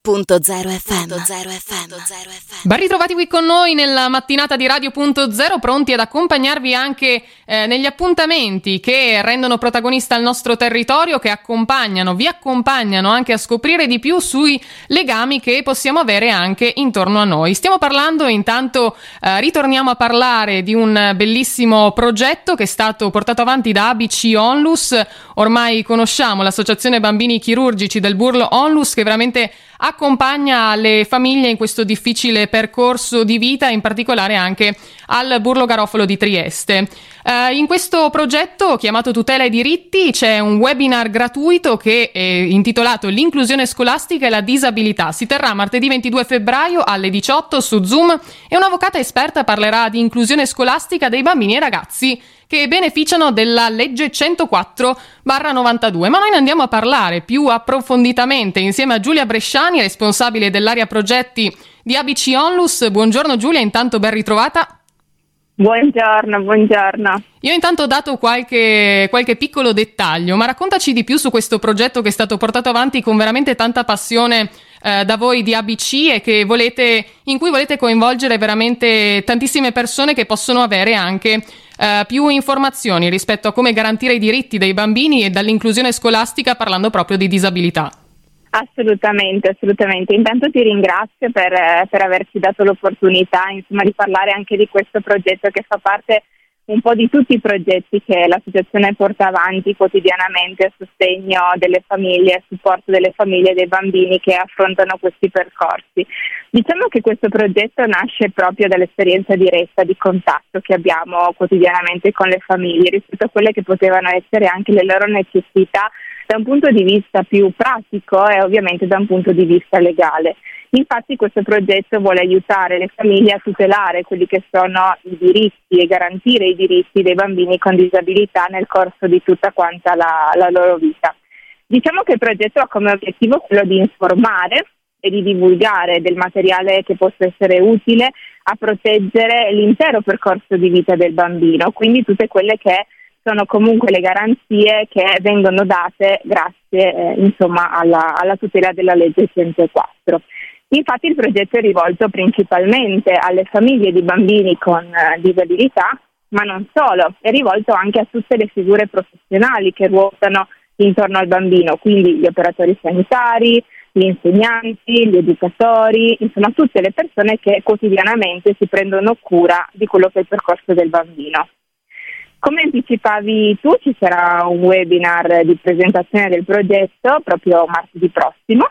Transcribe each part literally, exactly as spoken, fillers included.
Punto zero F M. zero F M. Ben ritrovati qui con noi nella mattinata di Radio Punto Zero, pronti ad accompagnarvi anche eh, negli appuntamenti che rendono protagonista il nostro territorio, che accompagnano, vi accompagnano anche a scoprire di più sui legami che possiamo avere anche intorno a noi. Stiamo parlando, intanto eh, ritorniamo a parlare di un bellissimo progetto che è stato portato avanti da A B C Onlus. Ormai conosciamo l'Associazione Bambini Chirurgici del Burlo Onlus, che veramente accompagna le famiglie in questo difficile percorso di vita, in particolare anche al Burlo Garofalo di Trieste. Eh, in questo progetto chiamato Tutela ai diritti c'è un webinar gratuito che è intitolato L'inclusione scolastica e la disabilità. Si terrà martedì ventidue febbraio alle diciotto su Zoom e un'avvocata esperta parlerà di inclusione scolastica dei bambini e ragazzi che beneficiano della legge centoquattro novantadue. Ma noi ne andiamo a parlare più approfonditamente insieme a Giulia Bresciani, responsabile dell'area progetti di A B C Onlus. Buongiorno Giulia, intanto ben ritrovata. Buongiorno, buongiorno. Io intanto ho dato qualche, qualche piccolo dettaglio, ma raccontaci di più su questo progetto che è stato portato avanti con veramente tanta passione eh, da voi di A B C e che volete, in cui volete coinvolgere veramente tantissime persone che possono avere anche eh, più informazioni rispetto a come garantire i diritti dei bambini e dall'inclusione scolastica, parlando proprio di disabilità. Assolutamente, assolutamente. Intanto ti ringrazio per, eh, per averci dato l'opportunità, insomma, di parlare anche di questo progetto che fa parte un po' di tutti i progetti che l'associazione porta avanti quotidianamente a sostegno delle famiglie, a supporto delle famiglie e dei bambini che affrontano questi percorsi. Diciamo che questo progetto nasce proprio dall'esperienza diretta di contatto che abbiamo quotidianamente con le famiglie rispetto a quelle che potevano essere anche le loro necessità da un punto di vista più pratico e ovviamente da un punto di vista legale. Infatti questo progetto vuole aiutare le famiglie a tutelare quelli che sono i diritti e garantire i diritti dei bambini con disabilità nel corso di tutta quanta la, la loro vita. Diciamo che il progetto ha come obiettivo quello di informare e di divulgare del materiale che possa essere utile a proteggere l'intero percorso di vita del bambino, quindi tutte quelle che sono comunque le garanzie che vengono date grazie eh, insomma alla, alla tutela della legge centoquattro. Infatti il progetto è rivolto principalmente alle famiglie di bambini con eh, disabilità, ma non solo, è rivolto anche a tutte le figure professionali che ruotano intorno al bambino, quindi gli operatori sanitari, gli insegnanti, gli educatori, insomma tutte le persone che quotidianamente si prendono cura di quello che è il percorso del bambino. Come anticipavi tu, ci sarà un webinar di presentazione del progetto proprio martedì prossimo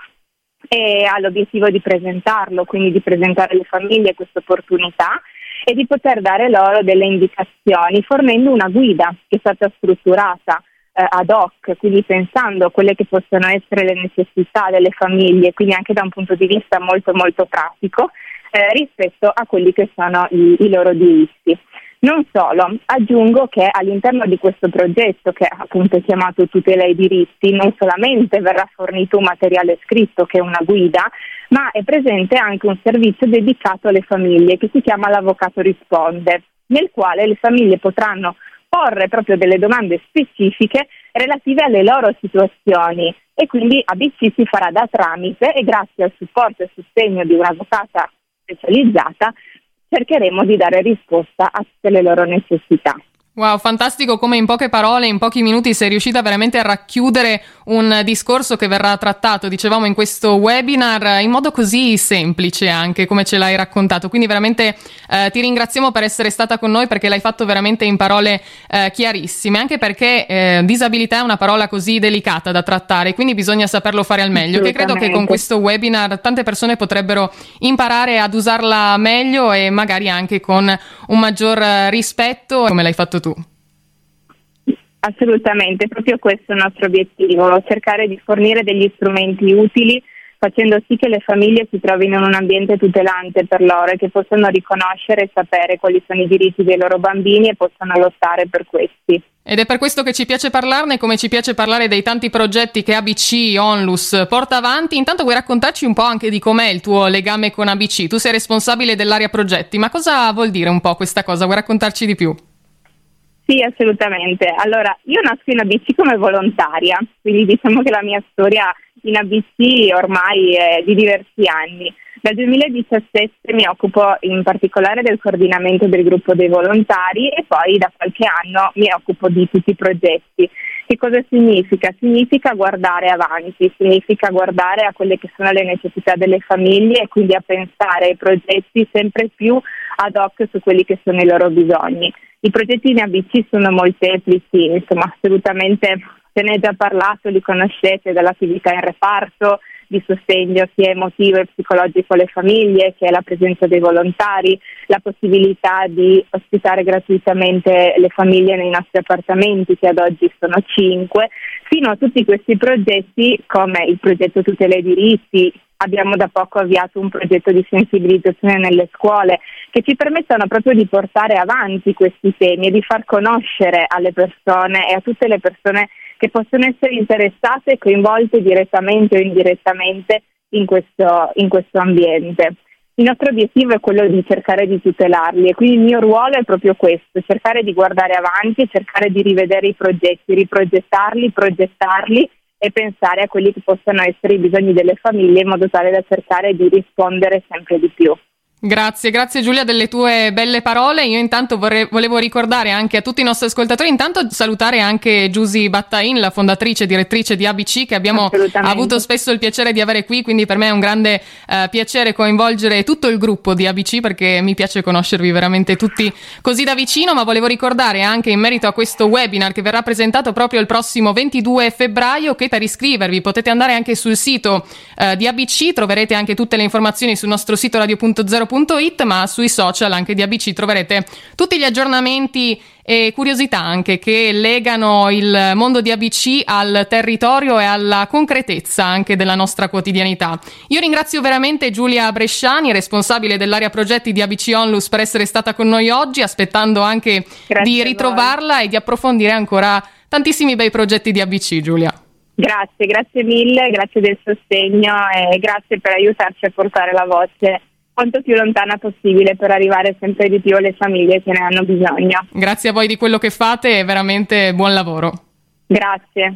e ha l'obiettivo di presentarlo, quindi di presentare alle famiglie questa opportunità e di poter dare loro delle indicazioni fornendo una guida che è stata strutturata eh, ad hoc, quindi pensando a quelle che possono essere le necessità delle famiglie, quindi anche da un punto di vista molto molto pratico eh, rispetto a quelli che sono i, i loro diritti. Non solo, aggiungo che all'interno di questo progetto, che appunto è chiamato Tutela ai diritti, non solamente verrà fornito un materiale scritto che è una guida, ma è presente anche un servizio dedicato alle famiglie che si chiama L'Avvocato Risponde, nel quale le famiglie potranno porre proprio delle domande specifiche relative alle loro situazioni e quindi A B C si farà da tramite e grazie al supporto e sostegno di un'avvocata specializzata cercheremo di dare risposta a tutte le loro necessità. Wow, fantastico come in poche parole, in pochi minuti sei riuscita veramente a racchiudere un discorso che verrà trattato, dicevamo, in questo webinar in modo così semplice anche come ce l'hai raccontato, quindi veramente eh, ti ringraziamo per essere stata con noi perché l'hai fatto veramente in parole eh, chiarissime, anche perché eh, disabilità è una parola così delicata da trattare, quindi bisogna saperlo fare al meglio, che credo che con questo webinar tante persone potrebbero imparare ad usarla meglio e magari anche con un maggior rispetto come l'hai fatto tu. Assolutamente, proprio questo è il nostro obiettivo, cercare di fornire degli strumenti utili facendo sì che le famiglie si trovino in un ambiente tutelante per loro e che possano riconoscere e sapere quali sono i diritti dei loro bambini e possano lottare per questi. Ed è per questo che ci piace parlarne, come ci piace parlare dei tanti progetti che A B C Onlus porta avanti. Intanto vuoi raccontarci un po' anche di com'è il tuo legame con A B C? Tu sei responsabile dell'area progetti, ma cosa vuol dire un po' questa cosa? Vuoi raccontarci di più? Sì, assolutamente. Allora, io nasco in A B C come volontaria, quindi diciamo che la mia storia in A B C ormai è di diversi anni. Dal duemiladiciassette mi occupo in particolare del coordinamento del gruppo dei volontari e poi da qualche anno mi occupo di tutti i progetti. Che cosa significa? Significa guardare avanti, significa guardare a quelle che sono le necessità delle famiglie e quindi a pensare ai progetti sempre più ad hoc su quelli che sono i loro bisogni. I progetti in A B C sono molteplici, insomma assolutamente se ne è già parlato, li conoscete, dall'attività in reparto, di sostegno sia emotivo e psicologico alle famiglie, che è la presenza dei volontari, la possibilità di ospitare gratuitamente le famiglie nei nostri appartamenti, che ad oggi sono cinque, fino a tutti questi progetti come il progetto Tutela ai diritti. Abbiamo da poco avviato un progetto di sensibilizzazione nelle scuole che ci permettono proprio di portare avanti questi temi e di far conoscere alle persone e a tutte le persone che possono essere interessate e coinvolte direttamente o indirettamente in questo, in questo ambiente. Il nostro obiettivo è quello di cercare di tutelarli e quindi il mio ruolo è proprio questo, cercare di guardare avanti, cercare di rivedere i progetti, riprogettarli, progettarli e pensare a quelli che possano essere i bisogni delle famiglie in modo tale da cercare di rispondere sempre di più. Grazie, grazie Giulia delle tue belle parole. Io intanto vorrei, volevo ricordare anche a tutti i nostri ascoltatori, intanto salutare anche Giusy Battain, la fondatrice e direttrice di A B C, che abbiamo avuto spesso il piacere di avere qui, quindi per me è un grande eh, piacere coinvolgere tutto il gruppo di A B C, perché mi piace conoscervi veramente tutti così da vicino. Ma volevo ricordare anche in merito a questo webinar che verrà presentato proprio il prossimo ventidue febbraio, che per iscrivervi potete andare anche sul sito eh, di A B C, troverete anche tutte le informazioni sul nostro sito radio punto zero punto it, ma sui social anche di A B C troverete tutti gli aggiornamenti e curiosità anche che legano il mondo di A B C al territorio e alla concretezza anche della nostra quotidianità. Io ringrazio veramente Giulia Bresciani, responsabile dell'area progetti di A B C Onlus, per essere stata con noi oggi, aspettando anche Grazie di ritrovarla e di approfondire ancora tantissimi bei progetti di A B C. Giulia. Grazie, grazie mille, grazie del sostegno e grazie per aiutarci a portare la voce quanto più lontana possibile per arrivare sempre di più alle famiglie che ne hanno bisogno. Grazie a voi di quello che fate e veramente buon lavoro. Grazie.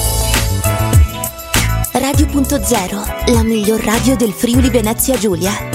Radio punto zero, la miglior radio del Friuli Venezia Giulia.